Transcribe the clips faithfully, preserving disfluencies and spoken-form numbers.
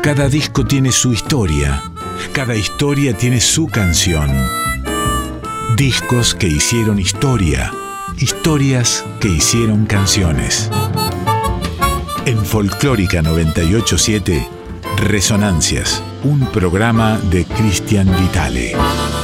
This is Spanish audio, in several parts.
Cada disco tiene su historia, cada historia tiene su canción. Discos que hicieron historia, historias que hicieron canciones. En Folclórica noventa y ocho punto siete, Resonancias, un programa de Cristian Vitale.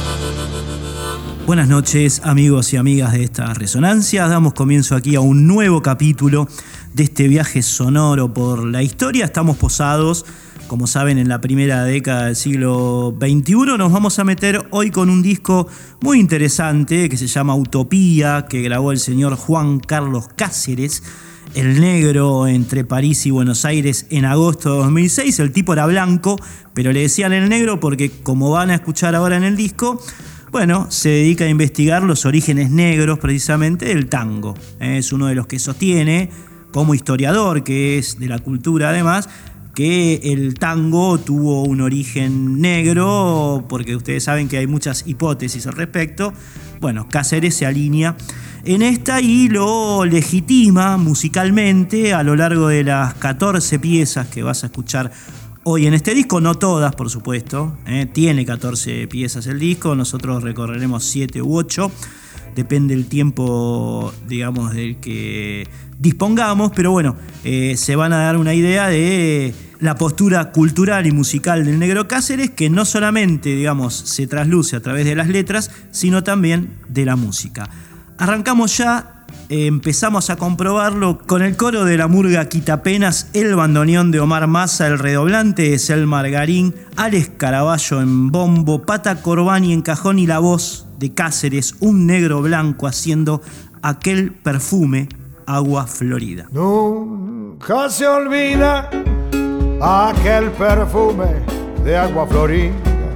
Buenas noches, amigos y amigas de esta Resonancias. Damos comienzo aquí a un nuevo capítulo de este viaje sonoro por la historia. Estamos posados, como saben, en la primera década del siglo veintiuno. Nos vamos a meter hoy con un disco muy interesante que se llama Utopía, que grabó el señor Juan Carlos Cáceres, el negro, entre París y Buenos Aires en agosto de dos mil seis. El tipo era blanco, pero le decían el negro porque, como van a escuchar ahora en el disco, bueno, se dedica a investigar los orígenes negros precisamente del tango. Es uno de los que sostiene, como historiador que es de la cultura además, que el tango tuvo un origen negro, porque ustedes saben que hay muchas hipótesis al respecto. Bueno, Cáceres se alinea en esta y lo legitima musicalmente a lo largo de las catorce piezas que vas a escuchar hoy en este disco. No todas, por supuesto, ¿eh? Tiene catorce piezas el disco, nosotros recorreremos siete u ocho, depende del tiempo, digamos, del que dispongamos, pero bueno, eh, se van a dar una idea de la postura cultural y musical del negro Cáceres, que no solamente, digamos, se trasluce a través de las letras, sino también de la música. Arrancamos ya, eh, empezamos a comprobarlo con el coro de la murga Quitapenas, el bandoneón de Omar Massa, el redoblante de Selmar Garín, Alex Caraballo en bombo, Pata Corbani en cajón y la voz de Cáceres, un negro blanco haciendo aquel perfume Agua Florida. Nunca se olvida aquel perfume de agua florida,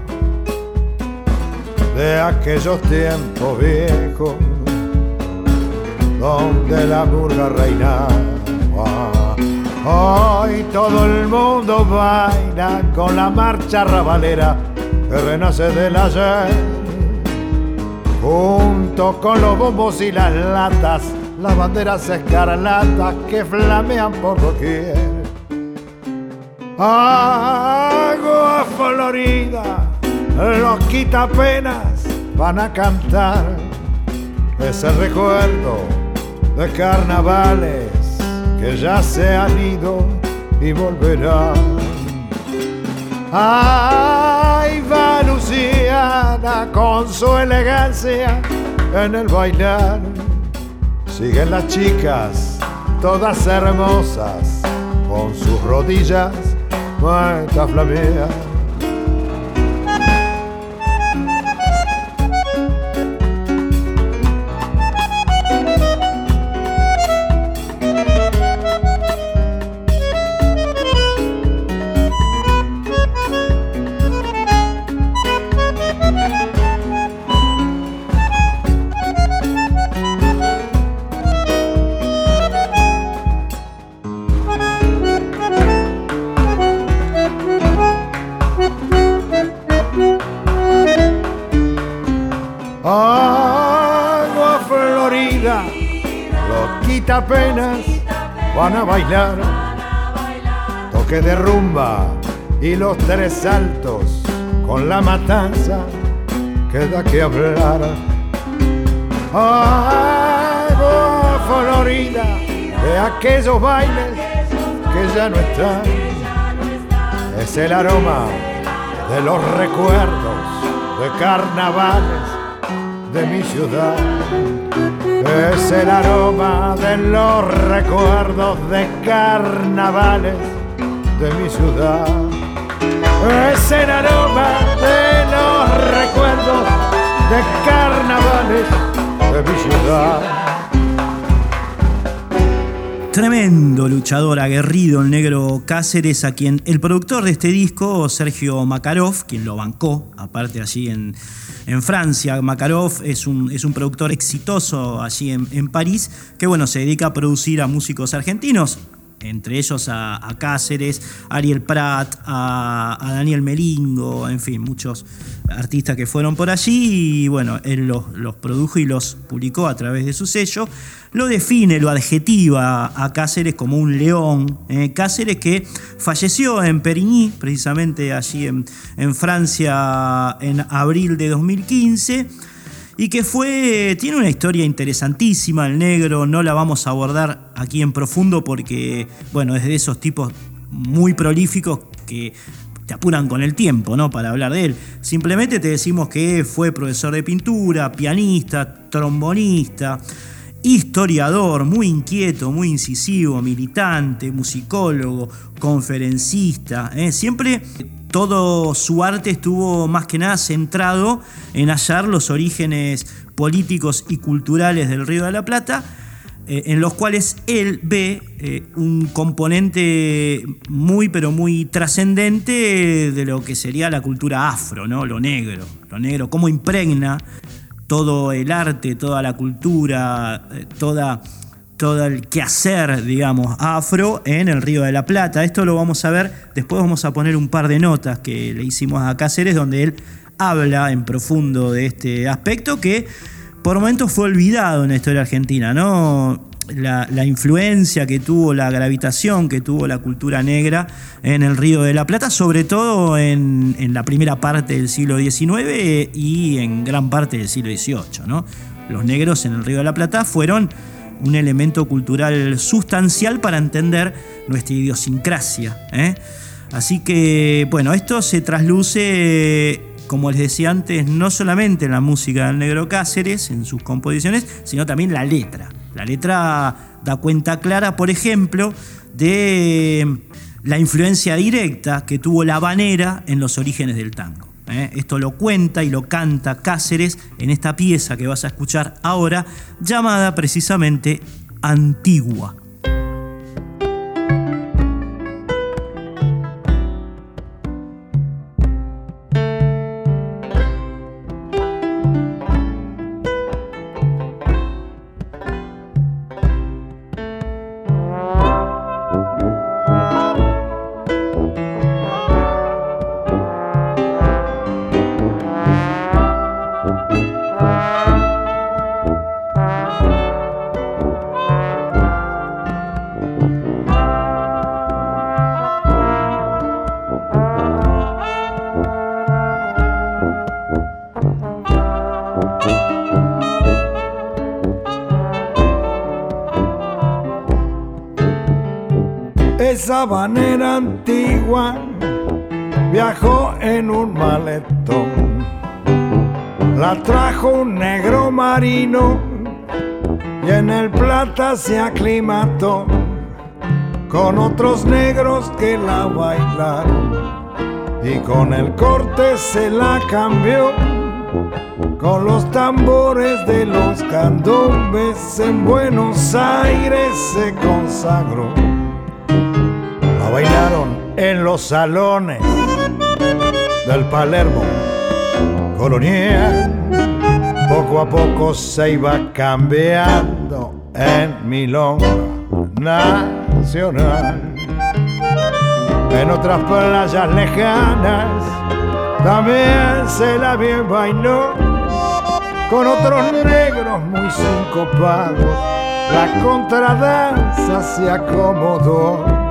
de aquellos tiempos viejos donde la murga reinaba. Hoy todo el mundo baila con la marcha rabalera que renace del ayer, junto con los bombos y las latas, las banderas escarlatas que flamean por doquier. Agua florida, los quitapenas van a cantar ese recuerdo de carnavales que ya se han ido y volverán. Ay, va Luciana con su elegancia en el bailar. Siguen las chicas, todas hermosas, con sus rodillas muertas flamean. Agua florida, los quitapenas van a bailar, toque de rumba y los tres saltos con la matanza queda que hablar. Agua florida de aquellos bailes que ya no están, es el aroma de los recuerdos de carnavales de mi ciudad, es el aroma de los recuerdos de carnavales de mi ciudad, es el aroma de los recuerdos de carnavales de mi ciudad. Tremendo luchador, aguerrido, el negro Cáceres, a quien el productor de este disco, Sergio Makarov, quien lo bancó, aparte allí en, en Francia. Makarov es un, es un productor exitoso allí en, en París, que bueno, se dedica a producir a músicos argentinos. entre ellos a, a Cáceres, a Ariel Prat, a, a Daniel Melingo, en fin, muchos artistas que fueron por allí y bueno, él los, los produjo y los publicó a través de su sello. Lo define, lo adjetiva a Cáceres como un león. Eh, Cáceres que falleció en Perigny, precisamente allí en, en Francia, en abril de dos mil quince, y que fue, tiene una historia interesantísima. El negro no la vamos a abordar aquí en profundo porque, bueno, es de esos tipos muy prolíficos que te apuran con el tiempo, ¿no?, para hablar de él. Simplemente te decimos que fue profesor de pintura, pianista, trombonista, historiador, muy inquieto, muy incisivo, militante, musicólogo, conferencista. ¿eh? Siempre todo su arte estuvo más que nada centrado en hallar los orígenes políticos y culturales del Río de la Plata, eh, en los cuales él ve eh, un componente muy pero muy trascendente de lo que sería la cultura afro, ¿no? Lo negro, lo negro, cómo impregna todo el arte, toda la cultura, toda, todo el quehacer, digamos, afro en el Río de la Plata. Esto lo vamos a ver, después vamos a poner un par de notas que le hicimos a Cáceres, donde él habla en profundo de este aspecto que por momentos fue olvidado en la historia argentina, ¿no? La, la influencia que tuvo, la gravitación que tuvo la cultura negra en el Río de la Plata, sobre todo en, en la primera parte del siglo diecinueve y en gran parte del siglo dieciocho, ¿no? Los negros en el Río de la Plata fueron un elemento cultural sustancial para entender nuestra idiosincrasia, ¿eh? Así que, bueno, esto se trasluce, como les decía antes, no solamente en la música del negro Cáceres, en sus composiciones, sino también la letra. La letra da cuenta clara, por ejemplo, de la influencia directa que tuvo la habanera en los orígenes del tango. ¿eh? Esto lo cuenta y lo canta Cáceres en esta pieza que vas a escuchar ahora, llamada precisamente Antigua. Esa habanera antigua viajó en un maletón, la trajo un negro marino y en el Plata se aclimató con otros negros que la bailaron y con el corte se la cambió con los tambores de los candombes. En Buenos Aires se consagró. La bailaron en los salones del Palermo colonial. Poco a poco se iba cambiando en milonga nacional. En otras playas lejanas también se la bien bailó con otros negros muy sincopados. La contradanza se acomodó.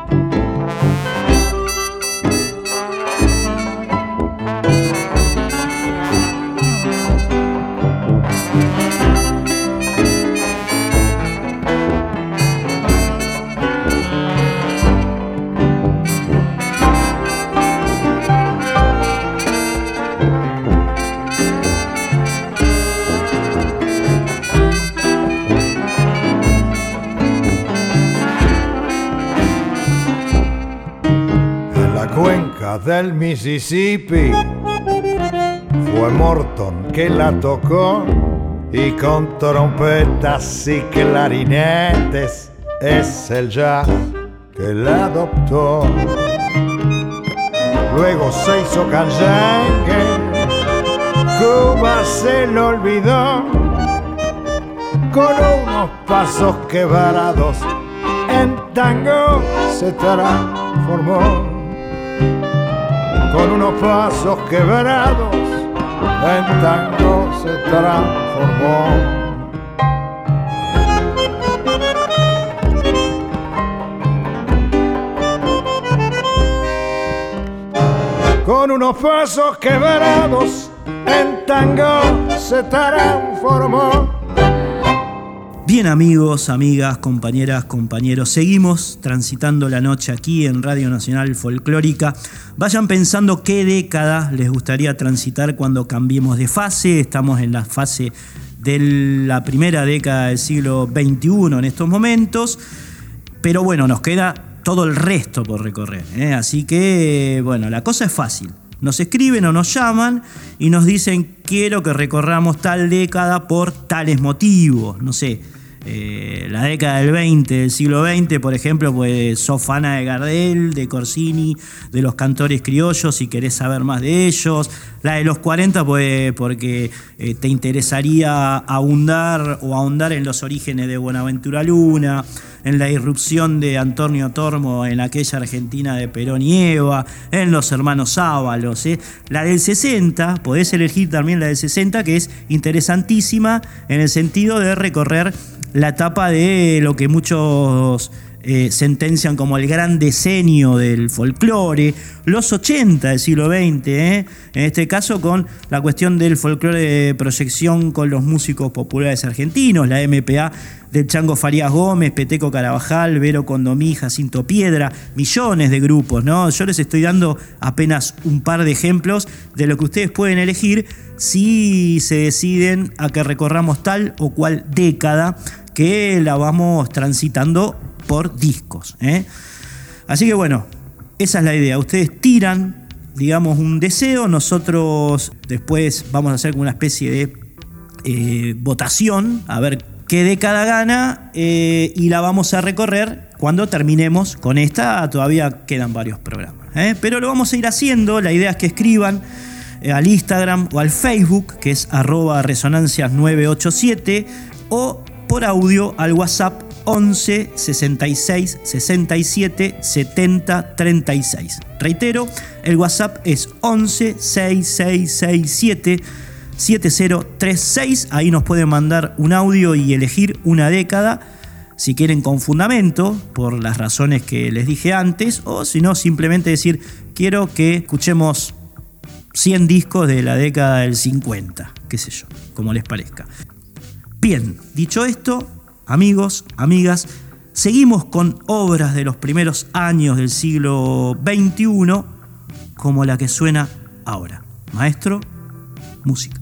Del Mississippi fue Morton que la tocó y con trompetas y clarinetes es el jazz que la adoptó. Luego se hizo canyengue, Cuba se lo olvidó con unos pasos quebrados en tango se transformó. Con unos pasos quebrados en tango se transformó. Con unos pasos quebrados en tango se transformó. Bien, amigos, amigas, compañeras, compañeros, seguimos transitando la noche aquí en Radio Nacional Folclórica. Vayan pensando qué década les gustaría transitar cuando cambiemos de fase. Estamos en la fase de la primera década del siglo veintiuno en estos momentos, pero bueno, nos queda todo el resto por recorrer, ¿eh? Así que, bueno, la cosa es fácil. Nos escriben o nos llaman y nos dicen: quiero que recorramos tal década por tales motivos. No sé, eh, la década del veinte, del siglo veinte, por ejemplo, pues sos fana de Gardel, de Corsini, de los cantores criollos y querés saber más de ellos. La de los cuarenta, pues porque eh, te interesaría ahondar o ahondar en los orígenes de Buenaventura Luna, en la irrupción de Antonio Tormo en aquella Argentina de Perón y Eva, en los hermanos Ábalos. ¿eh? La del sesenta, podés elegir también la del sesenta, que es interesantísima en el sentido de recorrer la etapa de lo que muchos eh, sentencian como el gran decenio del folclore, los ochenta del siglo veinte, ¿eh? en este caso con la cuestión del folclore de proyección con los músicos populares argentinos, la M P A del Chango Farías Gómez, Peteco Carabajal, Vero Condomí, Jacinto Piedra, millones de grupos, ¿no? Yo les estoy dando apenas un par de ejemplos de lo que ustedes pueden elegir si se deciden a que recorramos tal o cual década que la vamos transitando por discos, ¿eh? Así que bueno, esa es la idea. Ustedes tiran, digamos, un deseo, nosotros después vamos a hacer como una especie de eh, votación, a ver qué década gana, eh, y la vamos a recorrer cuando terminemos con esta. Todavía quedan varios programas, ¿eh? pero lo vamos a ir haciendo. La idea es que escriban eh, al Instagram o al Facebook, que es arroba resonancias nueve ocho siete, o por audio al WhatsApp once sesenta y seis sesenta y siete setenta treinta y seis. Reitero, el WhatsApp es once sesenta y seis sesenta y siete siete cero tres seis. Ahí nos pueden mandar un audio y elegir una década, si quieren con fundamento, por las razones que les dije antes, o si no, simplemente decir: quiero que escuchemos cien discos de la década del cincuenta, qué sé yo, como les parezca. Bien, dicho esto, amigos, amigas, seguimos con obras de los primeros años del siglo veintiuno, como la que suena ahora. Maestro, música.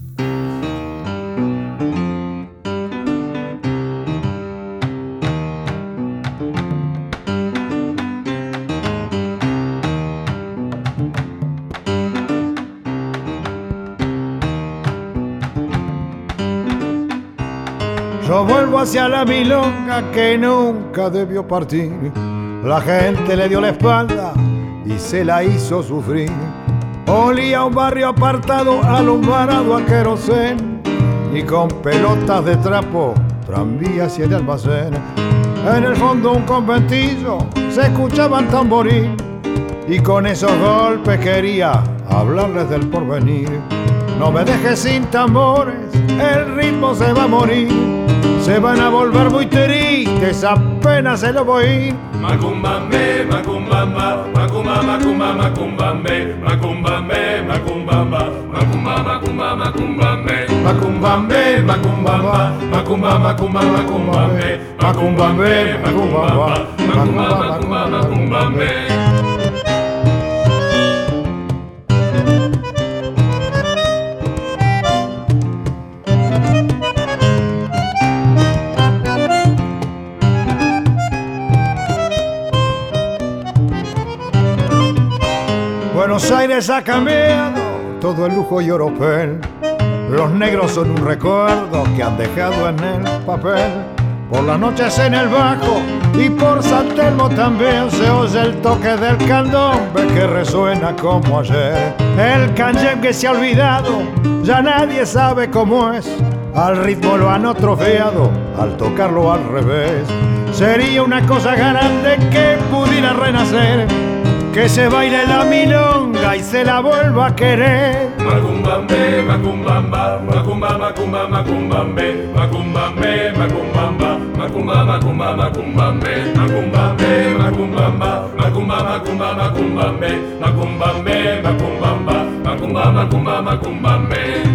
Yo vuelvo hacia la milonga que nunca debió partir. La gente le dio la espalda y se la hizo sufrir. Olía un barrio apartado, alumbrado a querosén, y con pelotas de trapo, tranvías y el almacén. En el fondo un conventillo, se escuchaban tamboril, y con esos golpes quería hablarles del porvenir. No me dejes sin tambores, el ritmo se va a morir. Se van a volver muy tristes, apenas se lo voy. Macumbambe, macumbamba, macumba, macumba, macumbambe, macumbambe, macumbamba, macumba, macumba, macumbambe, macumbambe, macumbamba, macumba, macumba, macumbambe, macumbambe, macumbamba, macumba, macumba, macumbambe. Buenos Aires ha cambiado todo el lujo y oropel. Los negros son un recuerdo que han dejado en el papel. Por las noches en el bajo y por San Telmo también se oye el toque del candombe que resuena como ayer. El canyen que se ha olvidado, ya nadie sabe cómo es. Al ritmo lo han atrofiado, al tocarlo al revés. sería una cosa grande que pudiera renacer, que se baile la milonga y se la vuelva a querer. Macumbambe, macumbamba, macumba, macumba, macumbambe, macumbambe, macumbamba, macumba, macumba, macumbambe, macumbambe, macumbamba, macumba, macumba, macumbambe, macumbambe, macumbamba, macumba, macumba, macumbambe.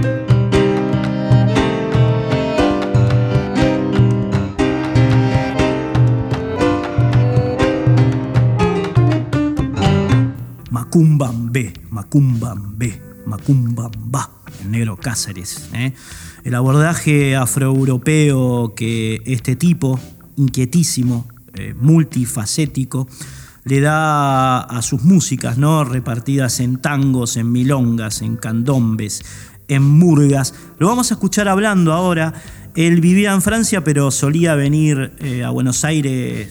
Macumbambe, Macumbambe, Macumbamba, el negro Cáceres. ¿eh? El abordaje afroeuropeo que este tipo, inquietísimo, eh, multifacético, le da a sus músicas, ¿no? repartidas en tangos, en milongas, en candombes, en murgas. Lo vamos a escuchar hablando ahora. Él vivía en Francia, pero solía venir eh, a Buenos Aires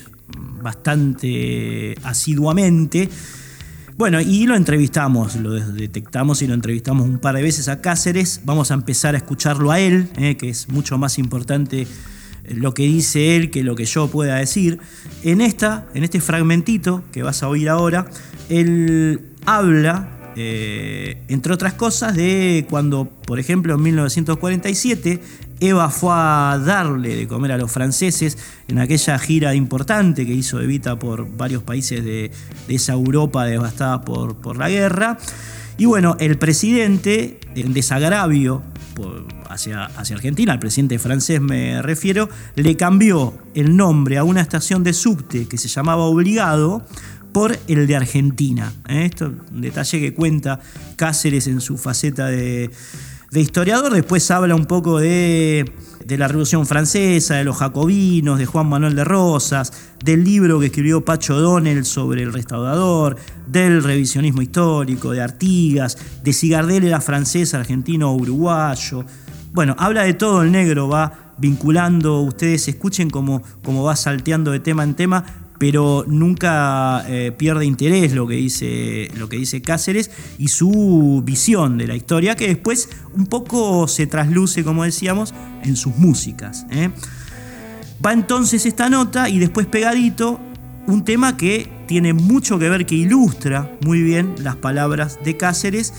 bastante asiduamente. Bueno, y lo entrevistamos, lo detectamos y lo entrevistamos un par de veces a Cáceres. Vamos a empezar a escucharlo a él, eh, que es mucho más importante lo que dice él que lo que yo pueda decir. En, esta, en este fragmentito que vas a oír ahora, él habla, eh, entre otras cosas, de cuando, por ejemplo, en mil novecientos cuarenta y siete, Eva fue a darle de comer a los franceses en aquella gira importante que hizo Evita por varios países de, de esa Europa devastada por, por la guerra. Y bueno, el presidente, en desagravio por, hacia, hacia Argentina, al presidente francés me refiero, le cambió el nombre a una estación de subte que se llamaba Obligado por el de Argentina. ¿eh? Esto es un detalle que cuenta Cáceres en su faceta de... de historiador. Después habla un poco de, de la Revolución Francesa, de los jacobinos, de Juan Manuel de Rosas, del libro que escribió Pacho O'Donnell sobre el restaurador, del revisionismo histórico, de Artigas, de si Gardel era francés, argentino o uruguayo. Bueno, habla de todo el negro, va vinculando, ustedes escuchen cómo, cómo va salteando de tema en tema, pero nunca eh, pierde interés lo que dice, lo que dice Cáceres y su visión de la historia, que después un poco se trasluce, como decíamos, en sus músicas. ¿eh? Va entonces esta nota y después pegadito un tema que tiene mucho que ver, que ilustra muy bien las palabras de Cáceres,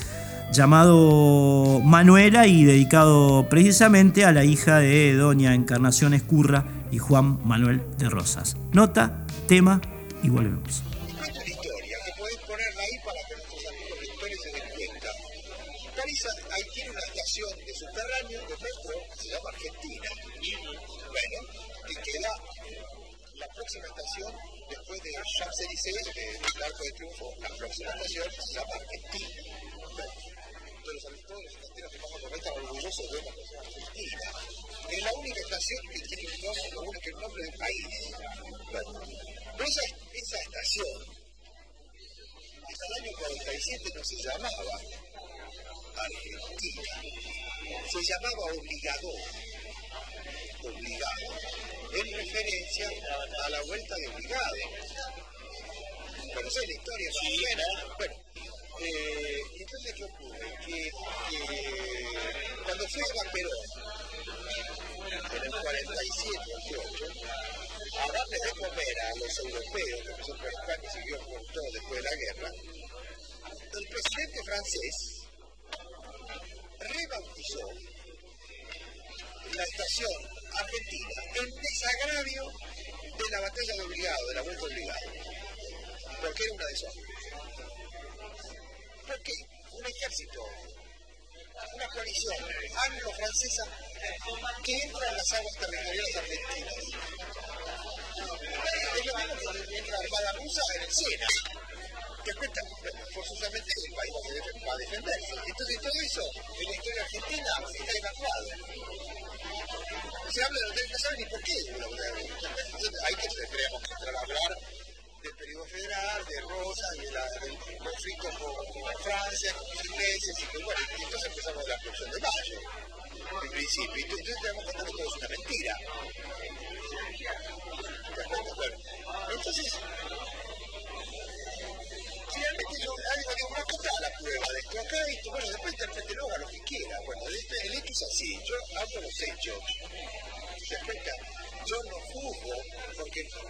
llamado Manuela y dedicado precisamente a la hija de doña Encarnación Escurra y Juan Manuel de Rosas. Nota, tema y volvemos. Cuento una historia que podés ponerla ahí para que nuestros amigos lectores se den cuenta. París ahí tiene una estación de subterráneo de metro que se llama Argentina. Bueno, y queda la próxima estación después de Champs-Élysées, del Arco de Triunfo. La próxima estación se llama Argentina. Bueno, todos los, todos los argentinos que pasan por ahí están orgullosos de la estación Argentina. Es la única estación que tiene un nombre, lo único que el nombre del país. Bueno, pero esa, esa estación, hasta el año cuarenta y siete no se llamaba Argentina, se llamaba Obligado, Obligado, en referencia a la vuelta de Obligado. Conocés la historia, si bien, bueno, eh, entonces ¿qué ocurre? Que, que cuando fue a Perón, en el cuarenta y siete, cuarenta y ocho, a darles de comer a los europeos, que nosotros España siguió por todo después de la guerra, el presidente francés rebautizó la estación argentina en desagravio de la batalla de Obligado, de la vuelta de Obligado, porque era una deshonra. ¿Por qué? Un ejército, una coalición anglo-francesa que entra en las aguas territoriales argentinas. Es lo mismo que entra la Armada rusa en el Sena. Que cuenta, bueno, forzosamente el país va a defenderse. Entonces todo eso en la historia argentina está evacuado. Se habla de lo que no sabe ni por qué. Ahí que tendríamos que entrar a hablar del periodo federal, de Rosas, y de la, del conflicto con, con Francia, con los ingleses, y que bueno, y entonces empezamos la Revolución de Mayo, en principio. Y entonces tenemos que contar que todo es una mentira. Bueno, entonces, finalmente yo digo, no está la prueba de esto acá, y bueno, después interprételo a lo que quiera. Bueno, el hecho es así, yo hablo los hechos. ¿Se cuenta? Yo no juzgo, porque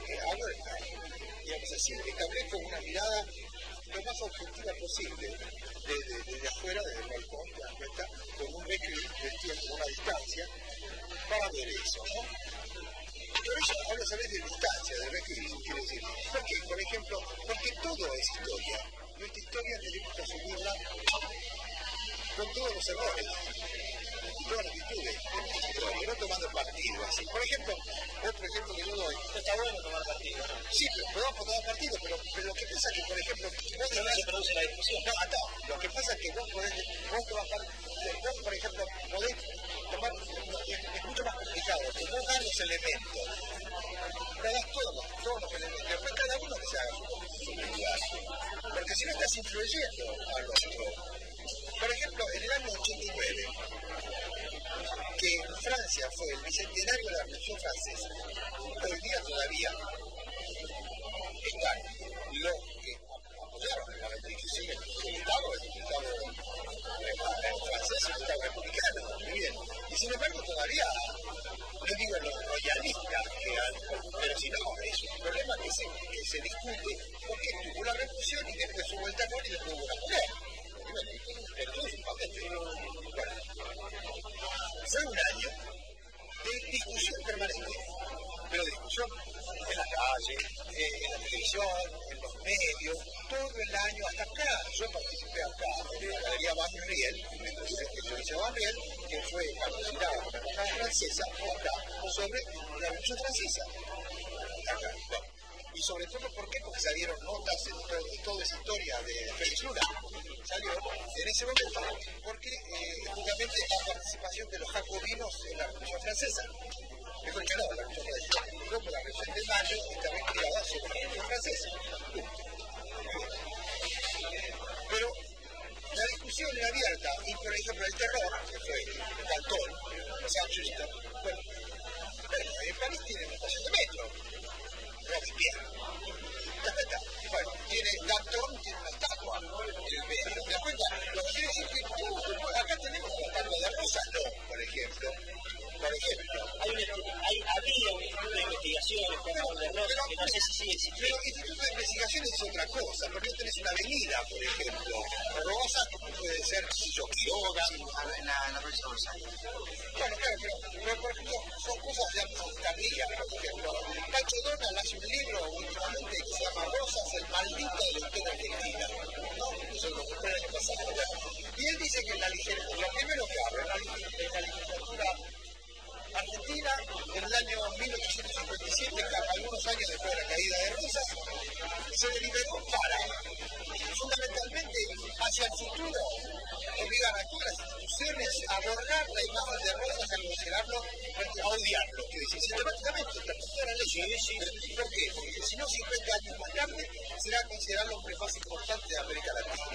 establezco una mirada lo más objetiva posible, desde, desde afuera, desde el balcón, te das cuenta, con un requisito de tiempo, una distancia, para ver eso, ¿no? Por eso hablo, ¿sabes?, de distancia, de requisito, quiere decir, porque, por ejemplo, porque todo es historia. Nuestra historia tenemos que asumirla con todos los errores, todas las virtudes, y no tomando partido así. Por ejemplo, otro ejemplo que yo doy. No está bueno tomar partido, ¿no? Sí, pero podemos tomar partido, pero, pero lo que pasa es que, por ejemplo, vos no se produce la discusión. No, hasta, lo que pasa es que vos podés, vos trabajar, vos, por ejemplo, podés tomar, es, es mucho más complicado, que vos das los elementos, le das todos los, todos los elementos, después cada uno que se haga su lugar, porque si no estás influyendo al otro. Por ejemplo, en el año ochenta y nueve, que Francia fue el bicentenario de la Revolución Francesa, hoy día todavía están los que apoyaron la revolución, el Estado, el Estado francés, el Estado republicano, muy bien. Y sin embargo todavía, no digo los royalistas, que han, pero si no, es un problema que se, que se discute, porque tuvo la revolución y después hubo el terror y después hubo la mujer. Entonces, bueno, fue un año de discusión permanente, pero de discusión en la calle, eh, en la televisión, en los medios, todo el año hasta acá. Yo participé acá en la Galería Van Riel, en la exposición que yo hice a Van Riel, que fue patrocinada por la Embajada Francesa, acá, sobre la Revolución Francesa. Acá, bueno. Y sobre todo, ¿por qué? Porque salieron notas en todo, toda esa historia de Félix Luna. Salió en ese momento porque eh, justamente la participación de los jacobinos en la Revolución Francesa. Mejor que no, la Revolución Francesa. Luego la Revolución de Mayo está bien creada sobre la Revolución Francesa. Pero la discusión era abierta y, por ejemplo, el terror, que fue Danton, Saint-Just, bueno, bueno, en París tiene una estación de metro. Robespierre. Bueno, tiene Danton, tiene una estatua en el medio. ¿Te das cuenta? Lo que quiere decir que uh, acá tenemos una estatua de Rosa, no, por ejemplo. Por ejemplo. Hay un hay, había un instituto de investigaciones con Juan de Rosa, que no sé si sigue existiendo. Pero el instituto de investigaciones es otra cosa, porque tenés una avenida, por ejemplo. Rosa puede ser, si yo, Quiroga. Sí, en la, en la provincia de Buenos Aires. Bueno, claro, pero, pero por ejemplo, son cosas ya tardías. Por ejemplo, Pacho Donald hace un libro últimamente que se llama Rosas, el maldito de la historia argentina. ¿No? Eso lo compré el año pasado. Y él dice que en la literatura, lo primero que habla, en la, en la literatura Argentina, en el año mil ochocientos cincuenta y siete, algunos años después de la caída de Rosas, se deliberó para, fundamentalmente, hacia el futuro, obligar a todas las instituciones a borrar la imagen de Rosas, a considerarlo, a odiarlo, que dice, sistemáticamente, interpretar la ley. ¿Por qué? Porque si no, cincuenta años más tarde, será considerado un prefacio importante de América Latina.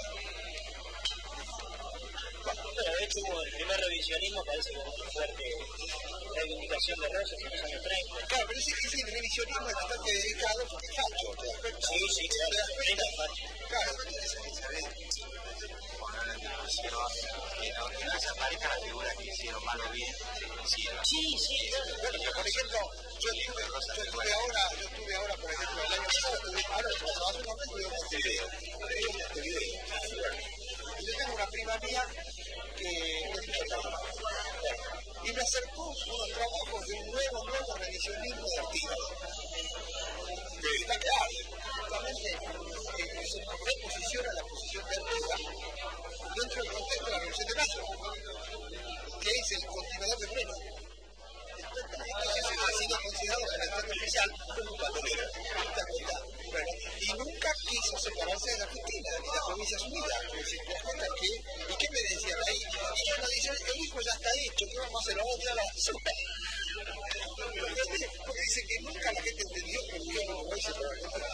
Bueno, de hecho hubo el primer revisionismo, parece que hubo una fuerte reivindicación de Rosas en los años treinta. Claro, pero ese, ese revisionismo es bastante dedicado porque es facho, ¿te das cuenta? Sí, sí, claro, ¿te das cuenta? es facho. Claro, esa vez. Bueno, la hicieron, que no, que no desaparezca la figura que hicieron mal o bien, hicieron. Sí, sí, claro. Bueno, pero por ejemplo, yo estuve, yo estuve ahora, yo estuve ahora, por ejemplo, el año pasado, estuve, ahora hace un momento tuve este video, este video. Y yo tengo una prima mía que es mucho y me acercó unos trabajos de un nuevo, nuevo revisionismo de artistas. Que está claro, justamente eh, se reposiciona la posición de Artigas dentro del contexto de la Revolución de Mayo, que es el continuador de Pleno. Entonces ha sido considerado por el Estado oficial como un bandolero. Bueno, y nunca quiso separarse de la Argentina, ni de las Provincias Unidas. ¿Te das cuenta qué? ¿Y qué me decían ahí? Y yo no dice, el hijo ya está hecho, ¿qué vamos a hacer? Vamos a tirar la basura. Porque dice que nunca la gente entendió por qué no lo hizo por Argentina.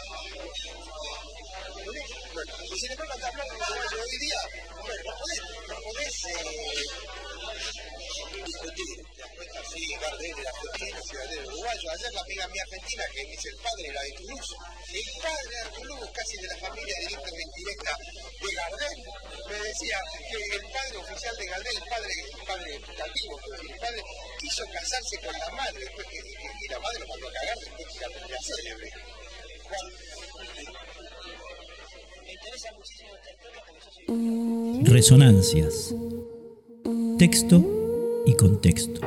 Bueno, y sin embargo, hasta hablando de hoy día, bueno, no podés, no podés eh, discutir. ¿Te das cuenta? Sí, Gardel era argentino, ciudadano uruguayo. Ayer la amiga mía argentina, que es el padre, era de Toulouse. El padre de Toulouse, casi de la familia directa o indirecta de Gardel, me decía que el padre oficial de Gardel, el padre, el padre putativo, el padre quiso casarse con la madre, después que, que, y la madre lo mandó a cagar después que la pelea célebre. Juan, muchísimo este tema porque yo soy... Resonancias. Texto y contexto.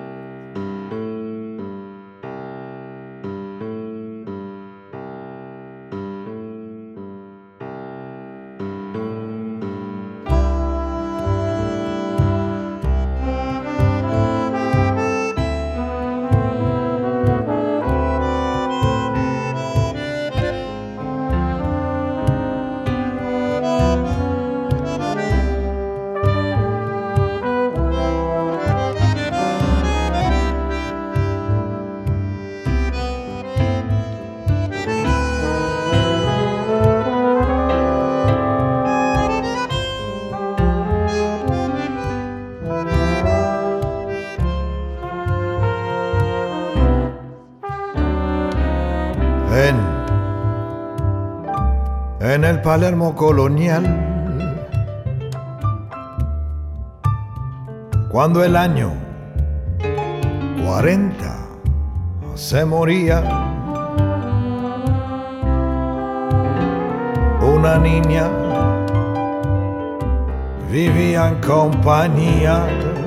En, en el Palermo colonial, cuando el año cuarenta se moría, una niña vivía en compañía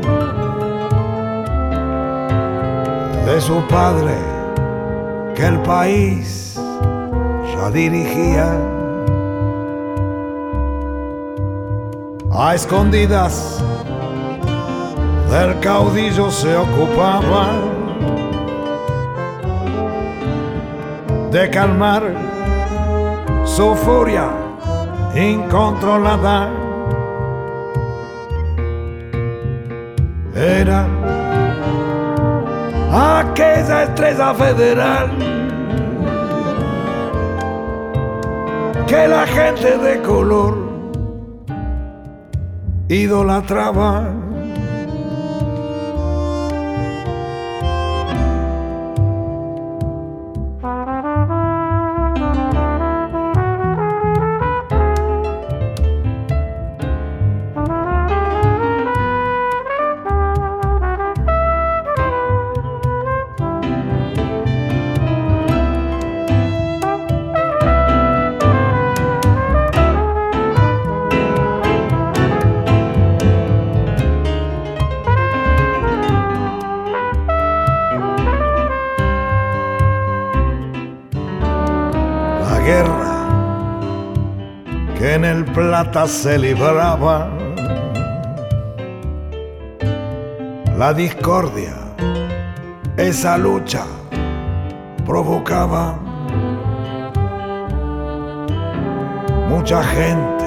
de su padre, que el país ya dirigía. A escondidas del caudillo se ocupaba de calmar su furia incontrolada. Era aquella estrella federal que la gente de color idolatraba. Guerra que en el Plata se libraba, la discordia, esa lucha provocaba. Mucha gente,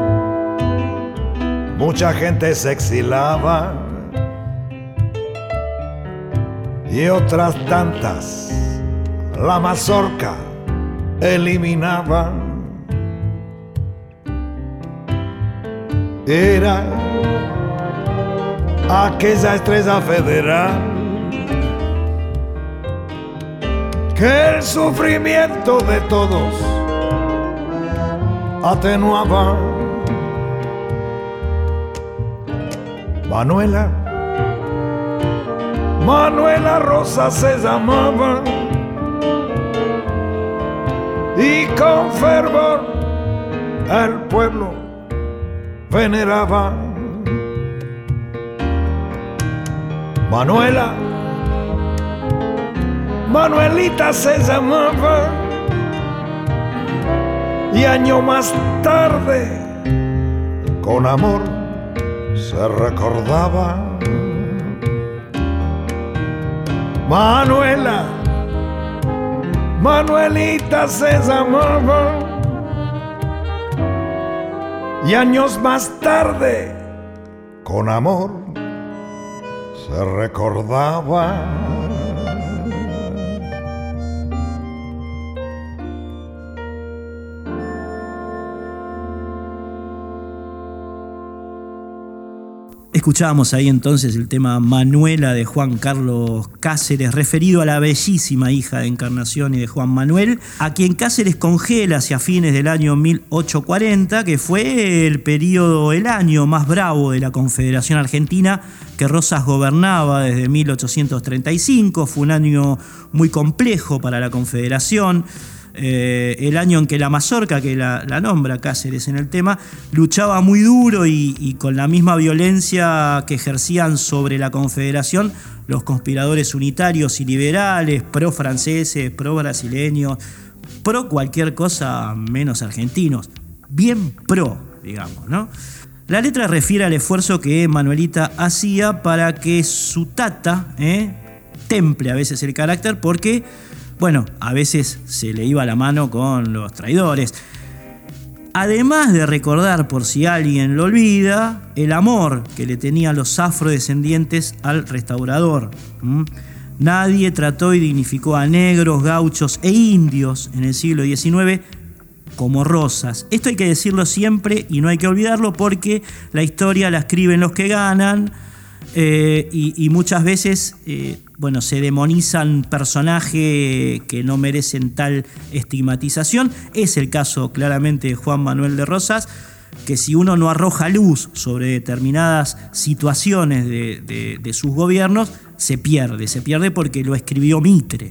mucha gente se exilaba y otras tantas la mazorca eliminaba. Era aquella estrella federal que el sufrimiento de todos atenuaba. Manuela, Manuela Rosa se llamaba, y con fervor al pueblo veneraba. Manuela, Manuelita se llamaba, y año más tarde con amor se recordaba. Manuela, Manuelita se llamaba, y años más tarde con amor se recordaba. Escuchábamos ahí entonces el tema Manuela de Juan Carlos Cáceres, referido a la bellísima hija de Encarnación y de Juan Manuel, a quien Cáceres congela hacia fines del año mil ochocientos cuarenta, que fue el periodo, el año más bravo de la Confederación Argentina, que Rosas gobernaba desde mil ochocientos treinta y cinco. Fue un año muy complejo para la Confederación. eh, el año en que la mazorca, que la, la nombra Cáceres en el tema, luchaba muy duro y, y con la misma violencia que ejercían sobre la Confederación los conspiradores unitarios y liberales, pro-franceses, pro-brasileños, pro cualquier cosa menos argentinos, bien pro, digamos, ¿no? La letra refiere al esfuerzo que Manuelita hacía para que su tata eh, temple a veces el carácter, porque, bueno, a veces se le iba la mano con los traidores. Además de recordar, por si alguien lo olvida, el amor que le tenían los afrodescendientes al restaurador. ¿Mm? Nadie trató y dignificó a negros, gauchos e indios en el siglo diecinueve como Rosas. Esto hay que decirlo siempre y no hay que olvidarlo, porque la historia la escriben los que ganan eh, y, y muchas veces eh, bueno, se demonizan personajes que no merecen tal estigmatización. Es el caso claramente de Juan Manuel de Rosas, que si uno no arroja luz sobre determinadas situaciones de, de, de sus gobiernos, se pierde, se pierde porque lo escribió Mitre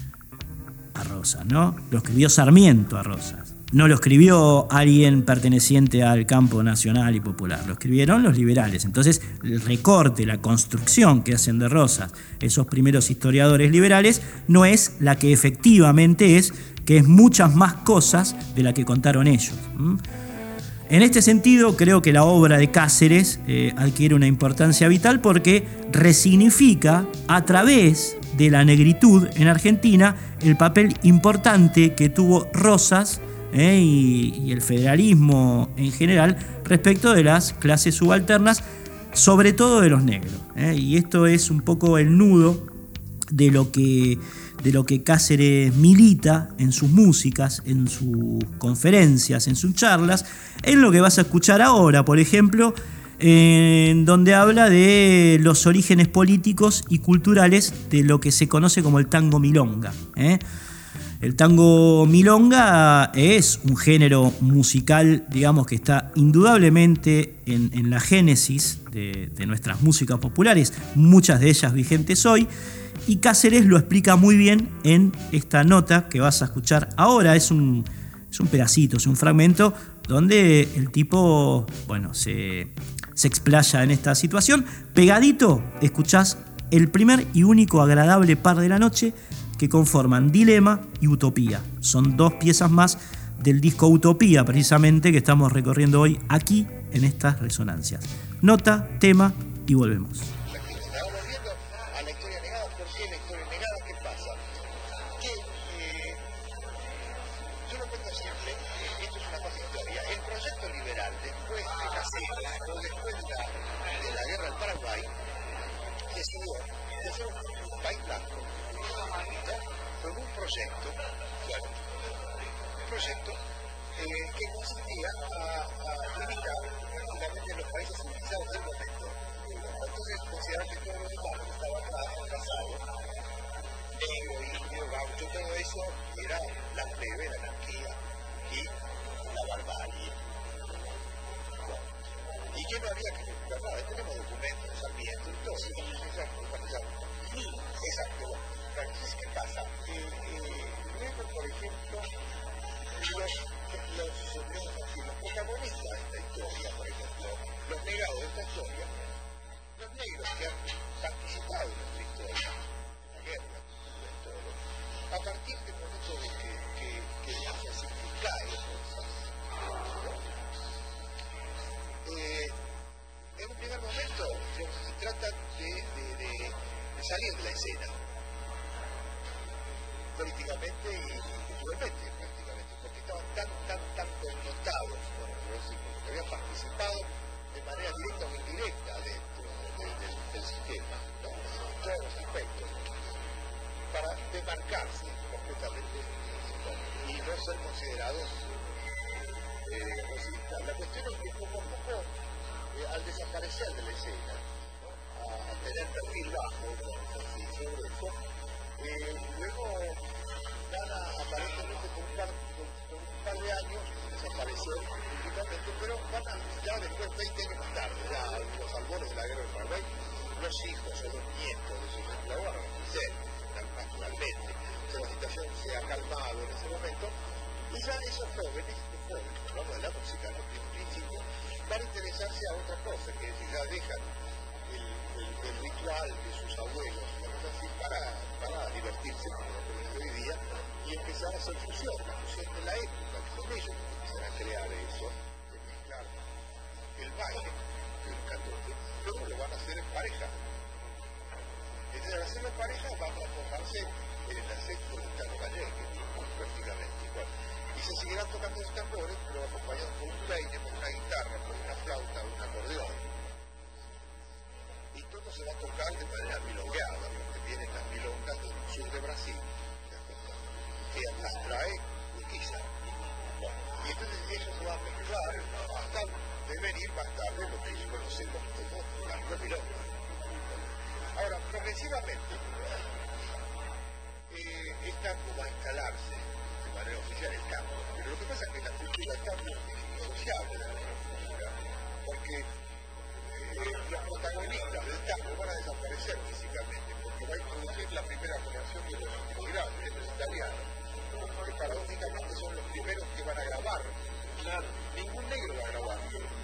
a Rosas, ¿no? Lo escribió Sarmiento a Rosas. No lo escribió alguien perteneciente al campo nacional y popular, lo escribieron los liberales. Entonces, el recorte, la construcción que hacen de Rosas esos primeros historiadores liberales no es la que efectivamente es, que es muchas más cosas de la que contaron ellos. ¿Mm? En este sentido, creo que la obra de Cáceres eh, adquiere una importancia vital porque resignifica a través de la negritud en Argentina el papel importante que tuvo Rosas Eh, y, y el federalismo en general respecto de las clases subalternas, sobre todo de los negros. Eh, y esto es un poco el nudo de lo que, de lo que Cáceres milita en sus músicas, en sus conferencias, en sus charlas, en lo que vas a escuchar ahora, por ejemplo, en donde habla de los orígenes políticos y culturales de lo que se conoce como el tango milonga. ¿eh? El tango milonga es un género musical, digamos, que está indudablemente en, en la génesis de, de nuestras músicas populares, muchas de ellas vigentes hoy, y Cáceres lo explica muy bien en esta nota que vas a escuchar ahora. Es un, es un pedacito, es un fragmento donde el tipo, bueno, se, se explaya en esta situación. Pegadito escuchás el primer y único agradable par de la noche, que conforman Dilema y Utopía. Son dos piezas más del disco Utopía, precisamente, que estamos recorriendo hoy aquí en estas resonancias. Nota, tema y volvemos. Ahora volviendo a la historia negada, ¿por qué la historia negada? ¿Qué pasa? Que eh, yo lo cuento siempre, eh, esto es una cosa historia. El proyecto liberal, después de Cáceres o después de la, de la guerra del Paraguay, decidió hacer un país blanco. Con un proyecto, bueno, un proyecto eh, que consistía a, a limitar únicamente los países civilizados del momento. Entonces consideraron que todo lo demás que estaba atrás, casado, negro, indio, gaucho, todo eso era la plebe, la anarquía y la barbarie. Bueno, y que no había que preocupar nada, tenemos documentos, Sarmiento, todo eso, exacto. Entonces, ¿qué pasa? Eh, eh, luego, por ejemplo, los, los, los, los protagonistas de esta historia, por ejemplo, los negados de esta historia, los negros que han participado en nuestra historia, en la guerra, en todo, a partir del momento de que, que, que nace así, que cae Rosas, ¿no? eh, en un primer momento se trata de, de, de, de salir de la escena, políticamente y culturalmente, prácticamente, porque estaban tan, tan, tan connotados con el racismo, porque habían participado de manera directa o indirecta dentro de, de, del sistema, ¿no? En todos los aspectos, para demarcarse completamente y no ser considerados eh, racistas. La cuestión es que poco a poco, eh, al desaparecer de la escena, ¿no? a, a tener perfil bajo, así, sobre eso, Eh, luego nada aparentemente por un par, por, por un par de años desapareció públicamente, pero van a, ya después, veinte años más tarde, ya a los albores de la guerra del Paraguay, los hijos o los nietos de sus esclavos van a nacer naturalmente. la situación se ha calmado en ese momento, y ya esos jóvenes, los jóvenes, hablamos de la música, ¿no? En principio, van a interesarse a otra cosa, que es decir, ya dejan el, el, el ritual de sus abuelos, así, para, para divertirse, como lo que hoy día, y empezar a hacer fusión, la fusión de la época, que son ellos que empiezan a crear eso, de mezclar el baile del cantante, luego lo van a hacer en pareja. Entonces, al hacerlo en pareja, van a transformarse en el acento del tango gallego, prácticamente igual. Y se seguirán tocando los tambores, pero acompañados por un peine, por una guitarra, por una flauta, un acordeón. Y todo se va a tocar de manera milongueada, porque vienen las milongas del sur de Brasil, que las trae Urquiza. Y entonces ellos se van a mezclar hasta devenir más tarde lo que conocemos como la milonga. Ahora, progresivamente, eh, el campo va a instalarse de manera oficial el campo, pero lo que pasa es que la cultura del campo es indisociable de la cultura, porque eh, los protagonistas del campo van a desaparecer físicamente, porque va a introducir la primera generación de los inmigrantes, de los italianos, que paradójicamente son los primeros que van a grabar. Claro, ningún negro va a grabar.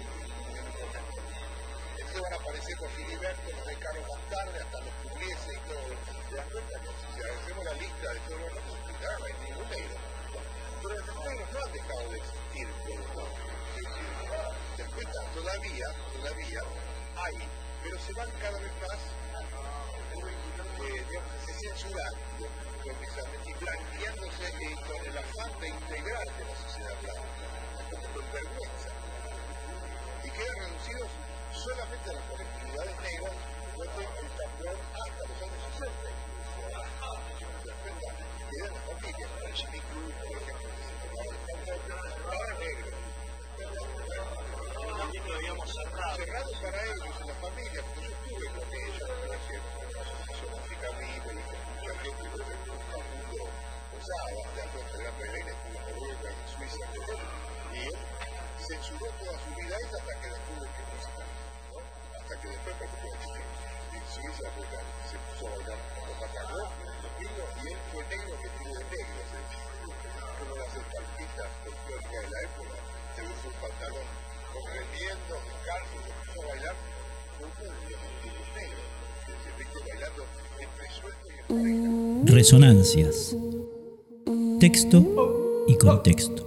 Entonces van a aparecer los Filiberto, los de Carlos más tarde, hasta los Pugliese y todo. ¿Te das cuenta que si hacemos la lista de todos los nombres, no hay ningún negro? Pero los negros no han dejado de existir. ¿Te das cuenta? Todavía, todavía hay, pero se van cada vez más, eh, digamos, se censurando, precisamente, y blanqueándose eh, con el afán de integrar de la sociedad blanca, como con vergüenza. Y quedan reducidos solamente a las colectividades negras, desde el tambor hasta los años sesenta. Quedan las familias, como el Jimmy Cruz, por ejemplo, que se tomaba el tambor, para negros. Un ámbito, digamos, cerrado. Cerrado para ellos, en la familia, porque yo estuve con ellos, por ejemplo, en la Asociación África Viva, y con mucha gente que lo que busca el mundo Posada, de Alberto de Gran Bailarina, estuvo en Noruega y en Suiza, y él censuró toda su vida a ella hasta que descubrió que música. Hasta que después, por ejemplo, en Suiza se puso a bailar con Patagó, los niños, y él fue negro que tuvo de negro, es decir, como las estampitas folclóricas de la época, se puso un pantalón con remiendos, descalzos, se puso a bailar con los antiguos negros, se viste bailando entre suelto y en pareja. Resonancias. Texto y contexto.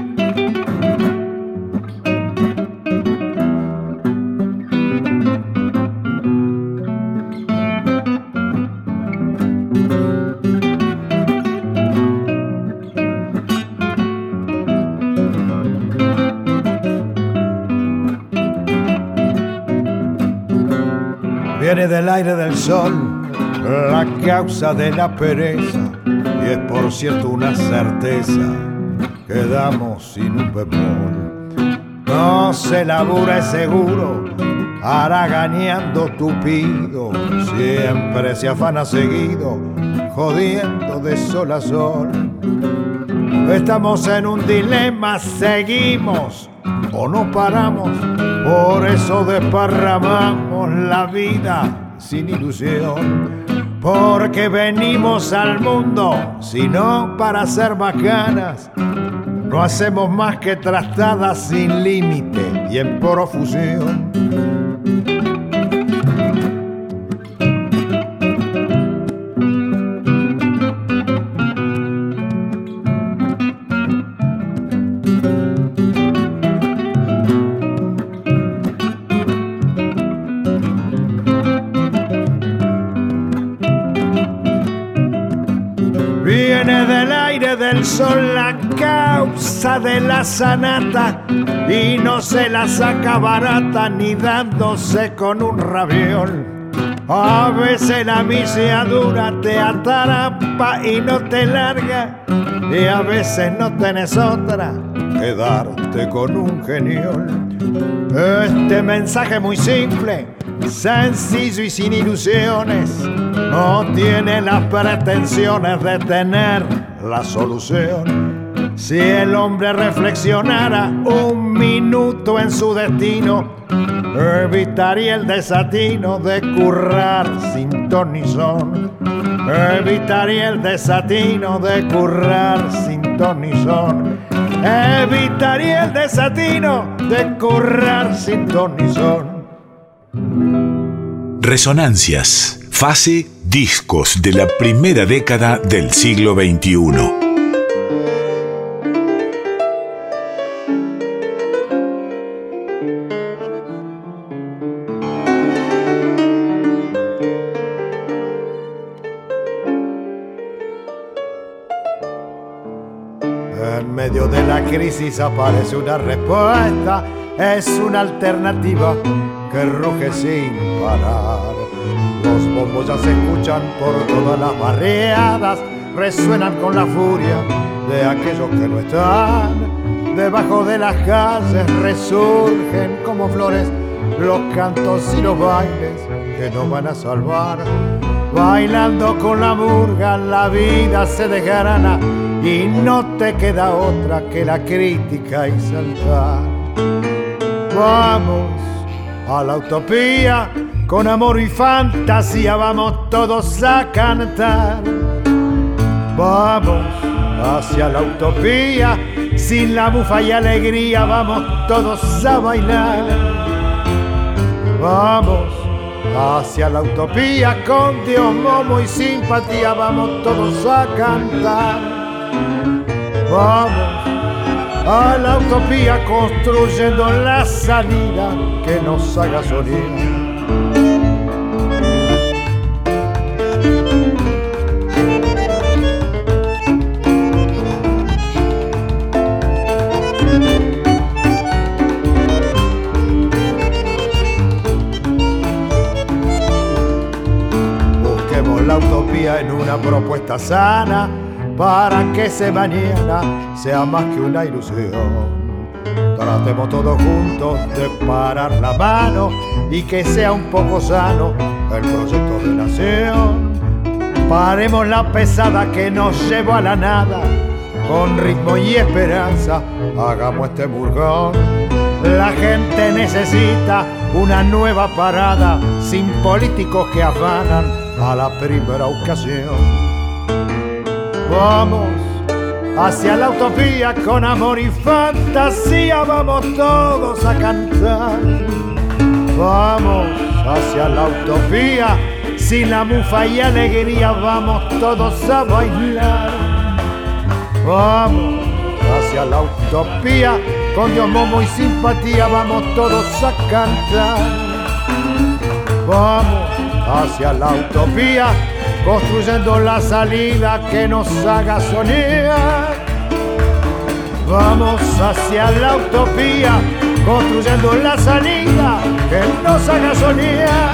Viene del aire del sol la causa de la pereza, y es por cierto una certeza, quedamos sin un pepón. No se labura, es seguro, haraganeando tupido, siempre se afana seguido, jodiendo de sol a sol. Estamos en un dilema, seguimos o no paramos, por eso desparramamos la vida sin ilusión, porque venimos al mundo, sino para ser bacanas, no hacemos más que trastadas sin límite y en profusión. Del sol la causa de la sanata, y no se la saca barata ni dándose con un raviol. A veces la misiadura te atrapa y no te larga, y a veces no tenés otra que darte con un geniol. Este mensaje muy simple, sencillo y sin ilusiones, no tiene las pretensiones de tener la solución. Si el hombre reflexionara un minuto en su destino, evitaría el desatino de currar sin ton ni son. Evitaría el desatino de currar sin ton ni son. Evitaría el desatino de currar sin ton ni son. Resonancias, fase discos de la primera década del siglo veintiuno. En medio de la crisis aparece una respuesta, es una alternativa que ruge sin parar. Los bombos ya se escuchan por todas las barriadas, resuenan con la furia de aquellos que no están. Debajo de las calles resurgen como flores los cantos y los bailes que nos van a salvar. Bailando con la murga la vida se desgrana y no te queda otra que la crítica y saltar. Vamos a la utopía, con amor y fantasía vamos todos a cantar. Vamos hacia la utopía, sin la bufa y alegría vamos todos a bailar. Vamos hacia la utopía, con Dios, Momo y simpatía vamos todos a cantar. Vamos a la utopía, construyendo la salida que nos haga soñar. Busquemos la utopía en una propuesta sana, para que ese mañana sea más que una ilusión. Tratemos todos juntos de parar la mano y que sea un poco sano el proyecto de nación. Paremos la pesada que nos llevó a la nada, con ritmo y esperanza hagamos este burgón. La gente necesita una nueva parada, sin políticos que afanan a la primera ocasión. Vamos hacia la utopía, con amor y fantasía vamos todos a cantar. Vamos hacia la utopía, sin la mufa y alegría vamos todos a bailar. Vamos hacia la utopía, con Dios, Momo y simpatía vamos todos a cantar. Vamos hacia la utopía, construyendo la salida que nos haga soñar. Vamos hacia la utopía, construyendo la salida que nos haga soñar.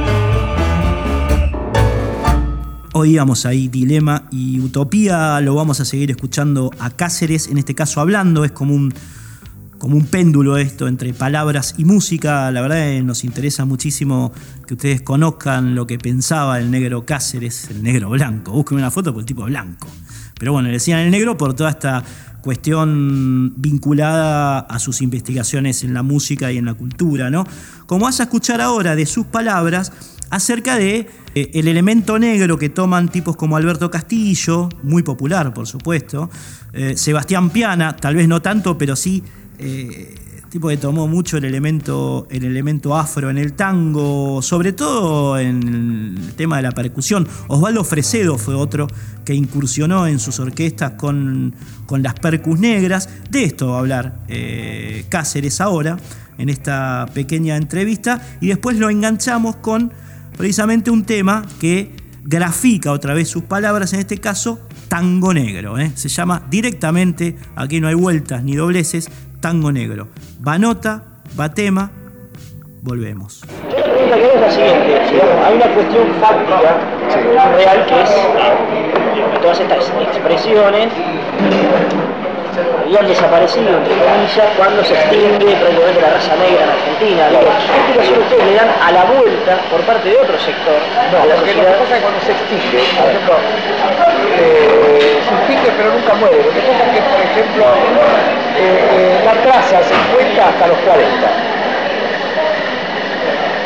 Oíamos ahí Dilema y Utopía, lo vamos a seguir escuchando a Cáceres, en este caso hablando, es como un, como un péndulo esto entre palabras y música. La verdad es, nos interesa muchísimo que ustedes conozcan lo que pensaba el negro Cáceres, el negro blanco. Busquen una foto por el tipo blanco. Pero bueno, le decían el negro por toda esta cuestión vinculada a sus investigaciones en la música y en la cultura, ¿no? Como vas a escuchar ahora de sus palabras acerca de eh, el elemento negro que toman tipos como Alberto Castillo, muy popular por supuesto, eh, Sebastián Piana, tal vez no tanto, pero sí eh, tipo que tomó mucho el elemento, el elemento afro en el tango, sobre todo en el tema de la percusión. Osvaldo Fresedo fue otro que incursionó en sus orquestas con, con las percus negras. De esto va a hablar eh, Cáceres ahora, en esta pequeña entrevista, y después lo enganchamos con precisamente un tema que grafica otra vez sus palabras, en este caso, tango negro. ¿eh? Se llama directamente, aquí no hay vueltas ni dobleces, tango negro. Va nota, va tema, volvemos. La pregunta que hago es la siguiente, digamos, hay una cuestión fáctica, real, que es todas estas expresiones habían desaparecido, entre comillas, cuando se extingue prácticamente la raza negra en Argentina. Digo, ¿qué explicación ustedes le dan a la vuelta por parte de otro sector? No, de la porque sociedad? lo que pasa es que cuando se extingue, por ejemplo, eh, se extingue pero nunca muere. Lo que pasa es que, por ejemplo, eh, eh, la traza se encuentra hasta los cuarenta.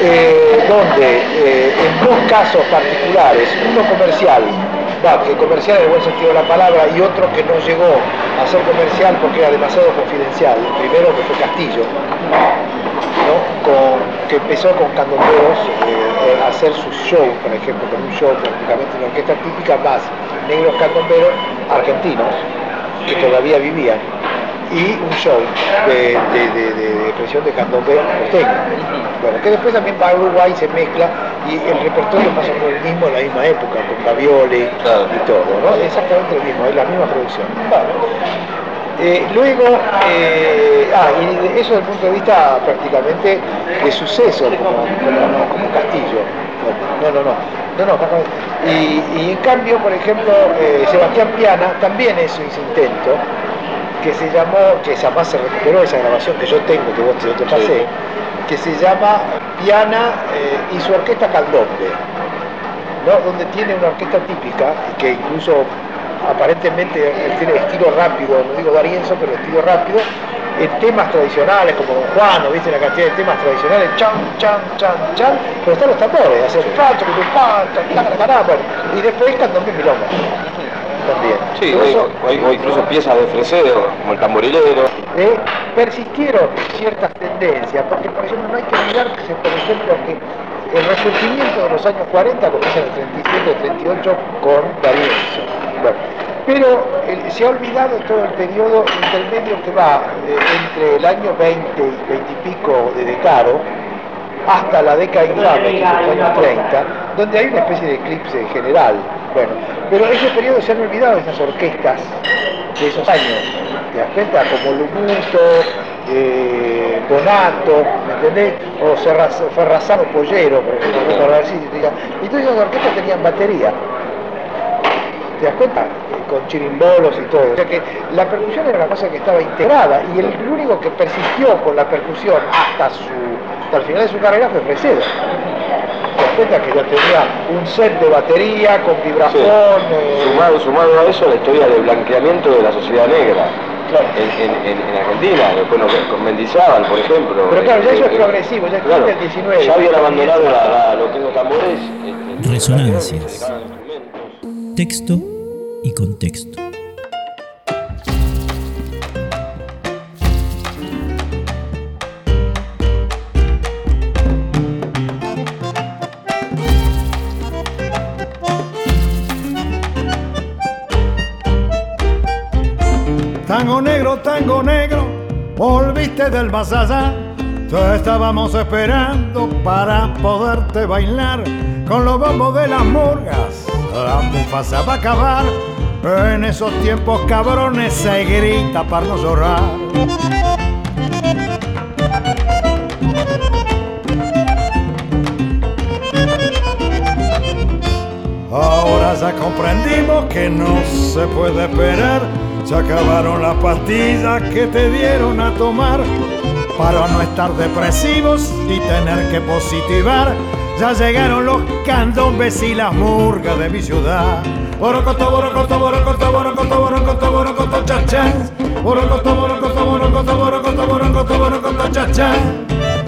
eh, donde eh, en dos casos particulares, uno comercial, va, que comercial en el buen sentido de la palabra, y otro que no llegó a ser comercial porque era demasiado confidencial, el primero que fue Castillo, ¿no? Con, que empezó con candomberos eh, a hacer sus shows, por ejemplo, con un show prácticamente una orquesta típica más negros candomberos argentinos que todavía vivían, y un show de, de, de, de, de expresión de candombe costeño. Bueno, que después también va a Uruguay, se mezcla, y el repertorio pasa por el mismo en la misma época, con Gavioli claro. y todo, ¿no? Exactamente lo mismo, es la misma producción. Bueno. Eh, luego, eh, ah, y eso desde el punto de vista prácticamente de suceso, como, como, como Castillo. No, no, no, no, no, no. Y, y en cambio, por ejemplo, eh, Sebastián Piana también hizo ese intento, que se llamó, que además se recuperó esa grabación que yo tengo, que vos te, te pasé, sí. que se llama Piana eh, y su orquesta Candombe, ¿no? Donde tiene una orquesta típica, que incluso aparentemente él tiene estilo rápido, no digo D'Arienzo, pero estilo rápido, en temas tradicionales como Don Juan, ¿no? ¿Viste la cantidad de temas tradicionales? Chan, chan, chan, chan, pero están los tambores, hacer pacho, bueno, y después Candombe Milonga. También. Sí, o, o, o incluso piezas de Fresedo, como el tamborilero. Eh, persistieron ciertas tendencias, porque por ejemplo no hay que olvidarse, por ejemplo, que el resurgimiento de los años cuarenta comienza en el treinta y siete treinta y ocho con D'Arienzo. Bueno, pero eh, se ha olvidado todo el periodo intermedio que va eh, entre el año veinte y veinte y pico de Decaro hasta la década infame, que es los años treinta, donde hay una especie de eclipse general. Bueno, pero ese periodo se han olvidado esas orquestas de esos años, ¿te das cuenta? Como Lumuto, eh, Donato, ¿me entendés? O Ferrazano Pollero, por ejemplo, para ver si diga. Y todas esas orquestas tenían batería, ¿te das cuenta? Con chirimbolos y todo. O sea que la percusión era una cosa que estaba integrada, y el, el único que persistió con la percusión hasta su hasta el final de su carrera fue Fresedo. Te das cuenta que ya tenía un set de batería con vibrafón. Sí. Eh... Sumado, sumado a eso la historia del blanqueamiento de la sociedad negra. Claro. En, en, en Argentina, bueno, con Mendizábal, por ejemplo. Pero claro, ya eso eh, es progresivo, ya es claro, el diecinueve. Ya habían abandonado la, la, lo que los tambores. Este, Resonancias. Texto y contexto. Tango negro, tango negro, volviste del más allá. Te estábamos esperando para poderte bailar con los bombos de las murgas. La Mufasa va a acabar. En esos tiempos cabrones se grita para no llorar. Ahora ya comprendimos que no se puede esperar. Se acabaron las pastillas que te dieron a tomar para no estar depresivos y tener que positivar. Ya llegaron los candombes y las murgas de mi ciudad. Borocoto, borocoto, borocoto, borocoto, borocoto, borocoto, chachán. Borocoto, borocoto, borocoto, borocoto, borocoto, borocoto, chachán.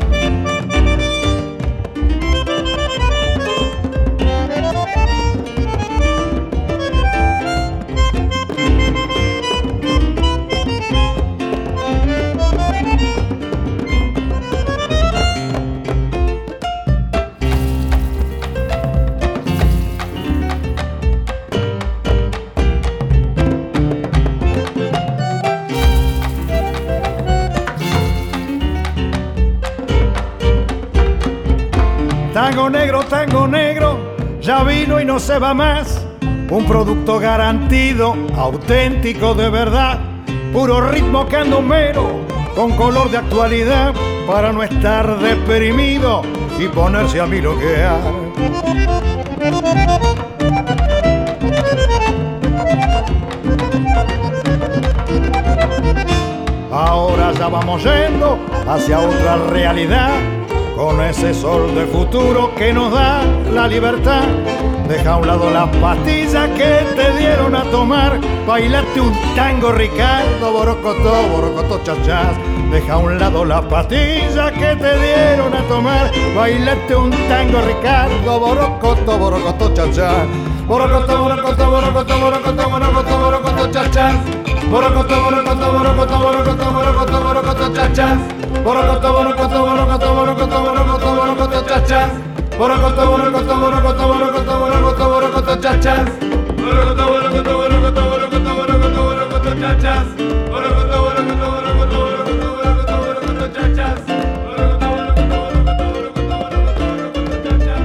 Tango negro, tango negro, ya vino y no se va más. Un producto garantido, auténtico de verdad. Puro ritmo candomero, con color de actualidad, para no estar deprimido y ponerse a miloquear. Ahora ya vamos yendo hacia otra realidad, con ese sol de futuro que nos da la libertad. Deja a un lado las pastillas que te dieron a tomar, bailate un tango, Ricardo, borocotó, borocotó, chachás. Deja a un lado las pastillas que te dieron a tomar, bailate un tango, Ricardo, borocotó, borocotó, chachás. Borocotó, borocotó, borocotó, borocotó, borocotó, borocotó, chachás. Borocotó, borocotó, borocotó, borocotó, borocotó, borocotó, chachás. Borocotó, borocotó, borocotó, borocotó, borocotó, borocotó, chachás. Borocotó, borocotó, borocotó, borocotó, borocotó, borocotó, chachás. Borocotó, borocotó, borocotó, borocotó, borocotó, borocotó, chachás. Borocotó, borocotó, borocotó, borocotó, borocotó, borocotó, chachás. Borocotó, borocotó, borocotó, borocotó, borocotó, borocotó, chachás.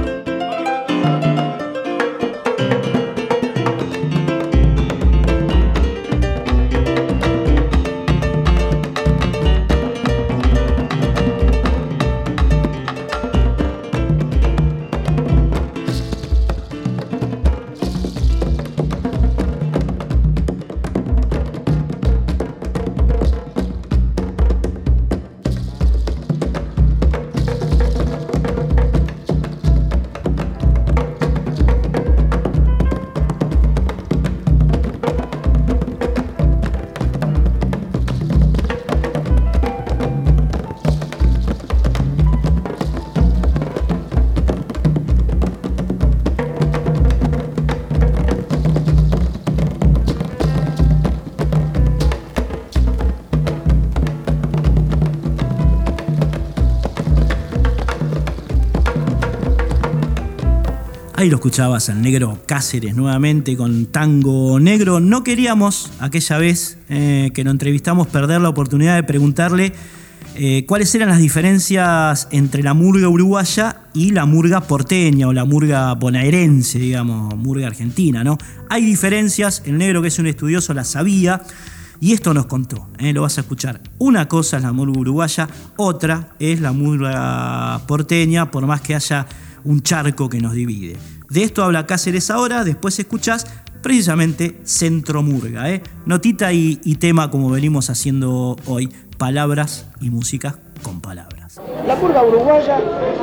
Ahí lo escuchabas al negro Cáceres nuevamente con Tango Negro. No queríamos aquella vez eh, que lo entrevistamos perder la oportunidad de preguntarle eh, cuáles eran las diferencias entre la murga uruguaya y la murga porteña o la murga bonaerense, digamos, murga argentina, ¿no? Hay diferencias, el negro, que es un estudioso, las sabía y esto nos contó, ¿eh? Lo vas a escuchar. Una cosa es la murga uruguaya, otra es la murga porteña, por más que haya un charco que nos divide. De esto habla Cáceres ahora, después escuchás precisamente Centro Murga, ¿eh? Notita y, y tema como venimos haciendo hoy, palabras y música con palabras. La murga uruguaya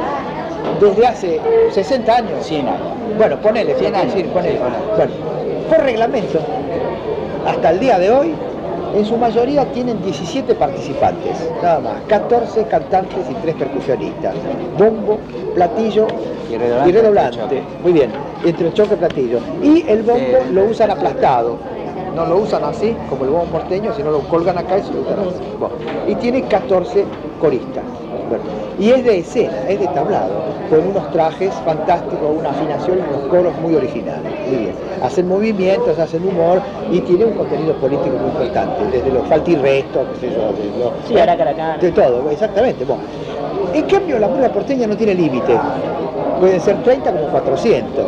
desde hace sesenta años. cien años. Bueno, ponele, cien años. Sí, ponele. Bueno, por reglamento, hasta el día de hoy, en su mayoría tienen diecisiete participantes, nada más, catorce cantantes y tres percusionistas, bombo, platillo y redoblante. Y redoblante. Muy bien, entre choque y platillo. Y el bombo eh, lo usan aplastado, no lo usan así como el bombo porteño, sino lo colgan acá y se lo usan así. Bueno, y tiene catorce coristas. Bueno, y es de escena, es de tablado, con unos trajes fantásticos, una afinación y unos coros muy originales. Muy bien. Hacen movimientos, hacen humor y tiene un contenido político muy importante, desde los falta y resto, qué sé yo, de, lo, sí, Aracaracán. de todo, exactamente. Bueno. En cambio, la murga porteña no tiene límite, pueden ser treinta como cuatrocientos.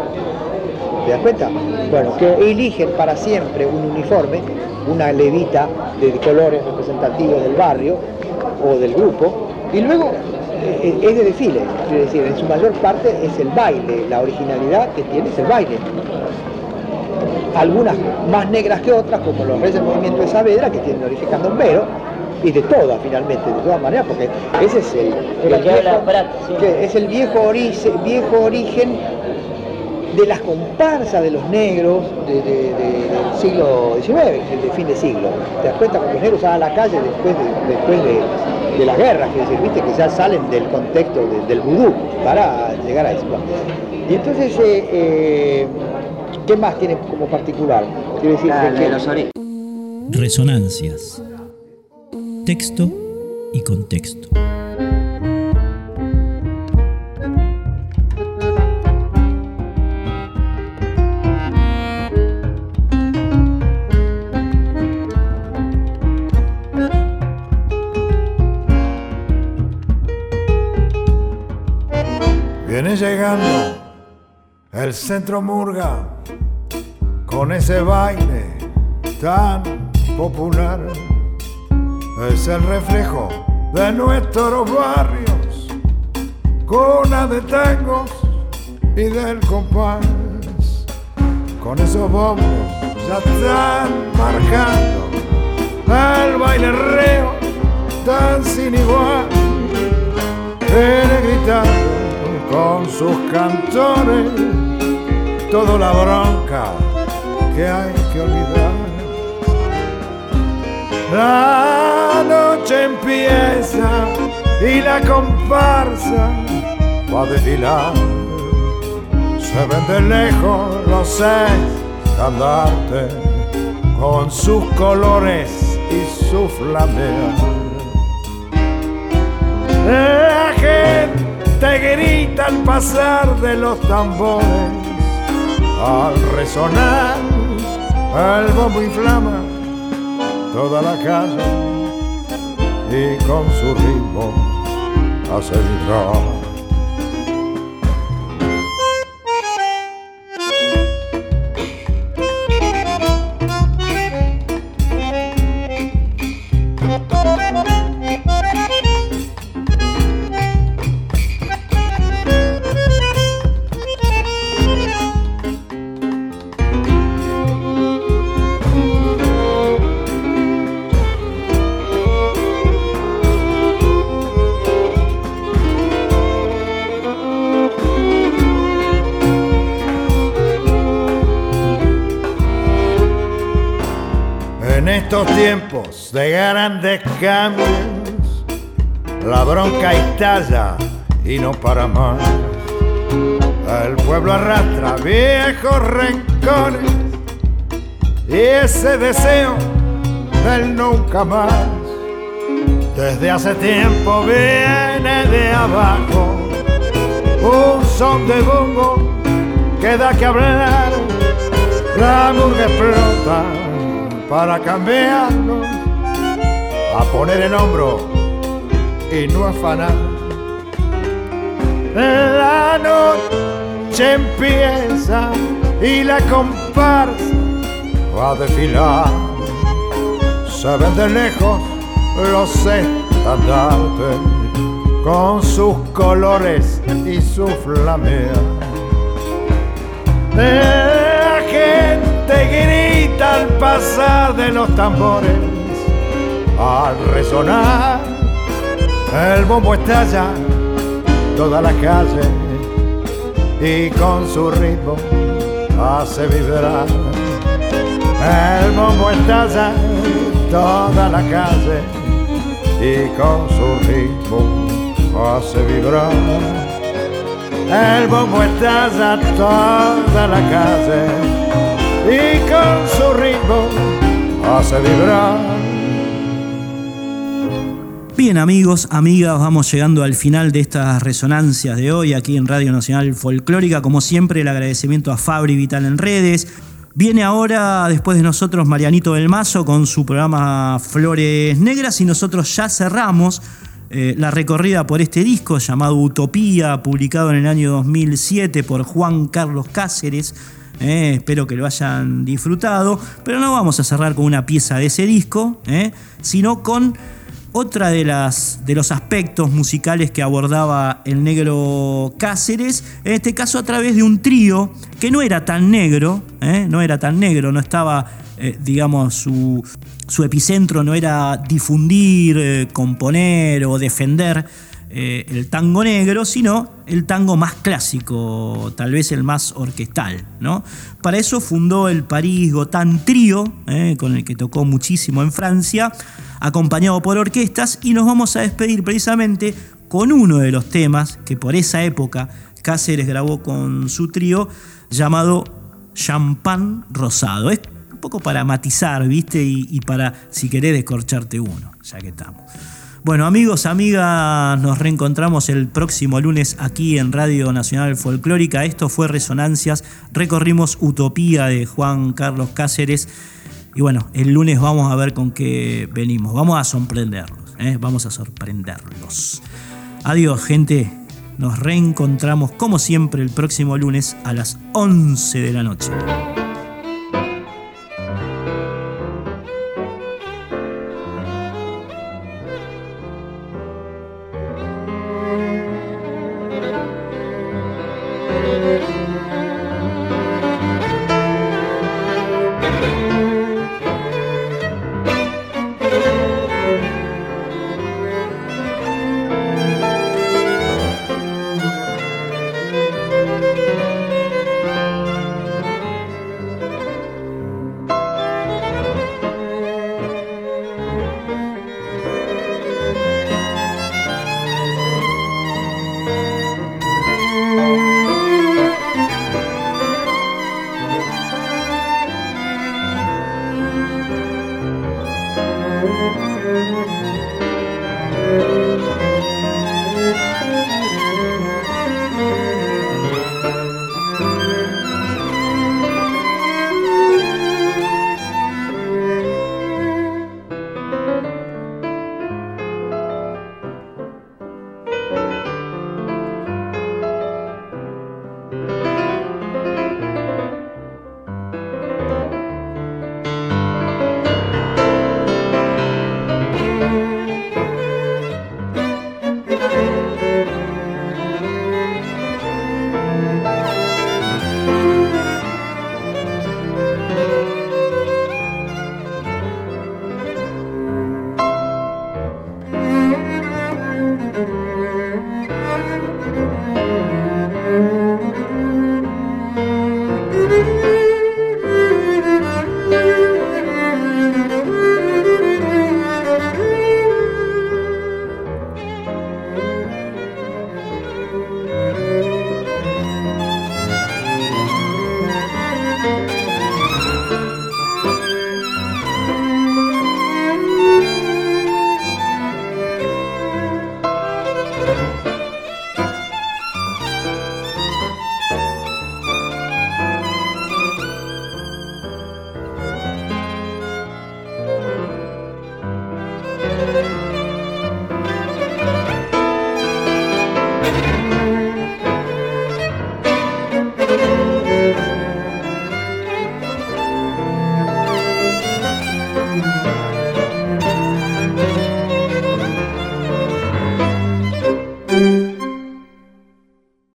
¿Te das cuenta? Bueno, que eligen para siempre un uniforme, una levita de colores representativos del barrio o del grupo, y luego eh, es de desfile, es decir, en su mayor parte es el baile, la originalidad que tiene es el baile. Algunas más negras que otras, como los Reyes del Movimiento de Saavedra, que tienen origen candombero, y de todas finalmente, de todas maneras, porque ese es el, el, el viejo, que es el viejo, orice, viejo origen de las comparsas de los negros de, de, de, del siglo diecinueve, de fin de siglo. Te das cuenta cuando los negros salen a la calle después de, después de, de las guerras, que decir, viste que ya salen del contexto de, del vudú para llegar a eso. Y entonces, eh, eh, ¿qué más tiene como particular? Quiero decir, ah, que, los orígenes. Resonancias. Texto y contexto. Viene llegando el Centro Murga con ese baile tan popular. Es el reflejo de nuestros barrios, cuna de tangos y del compás. Con esos bombos ya están marcando el baile reo tan sin igual. En sus cantores, toda la bronca que hay que olvidar. La noche empieza y la comparsa va a desfilar. Se ven de lejos los seis estandartes con sus colores y su flamea. La gente grita al pasar de los tambores, al resonar el bombo inflama toda la calle y con su ritmo hace vibrar. En estos tiempos de grandes cambios, la bronca estalla y no para más. El pueblo arrastra viejos rencores y ese deseo del nunca más. Desde hace tiempo viene de abajo un son de bombo que da que hablar. La murga explota para cambiarnos, a poner el hombro y no afanar. La noche empieza y la comparsa va a desfilar. Se ven de lejos los estandartes con sus colores y su flamea. La gente grita al pasar de los tambores, al resonar el bombo estalla toda la calle y con su ritmo hace vibrar. El bombo estalla toda la calle y con su ritmo hace vibrar. El bombo estalla toda la calle y con su ritmo hace vibrar. Bien, amigos, amigas, vamos llegando al final de estas resonancias de hoy aquí en Radio Nacional Folclórica. Como siempre, el agradecimiento a Fabri Vital en redes. Viene ahora, después de nosotros, Marianito del Mazo con su programa Flores Negras y nosotros ya cerramos eh, la recorrida por este disco llamado Utopía, publicado en el año dos mil siete por Juan Carlos Cáceres. Eh, espero que lo hayan disfrutado, pero no vamos a cerrar con una pieza de ese disco, eh, sino con otra de las de los aspectos musicales que abordaba el negro Cáceres, en este caso a través de un trío que no era tan negro, eh, no era tan negro, no estaba, eh, digamos, su, su epicentro no era difundir, eh, componer o defender eh, el tango negro, sino el tango más clásico, tal vez el más orquestal, ¿no? Para eso fundó el París Gotham Trío, eh, con el que tocó muchísimo en Francia, acompañado por orquestas, y nos vamos a despedir precisamente con uno de los temas que por esa época Cáceres grabó con su trío, llamado Champán Rosado. Es un poco para matizar, ¿viste? Y, y para, si querés, descorcharte uno, ya que estamos. Bueno, amigos, amigas, nos reencontramos el próximo lunes aquí en Radio Nacional Folclórica. Esto fue Resonancias, recorrimos Utopía de Juan Carlos Cáceres. Y bueno, el lunes vamos a ver con qué venimos. Vamos a sorprenderlos, ¿eh? Vamos a sorprenderlos. Adiós, gente. Nos reencontramos como siempre el próximo lunes a las once de la noche.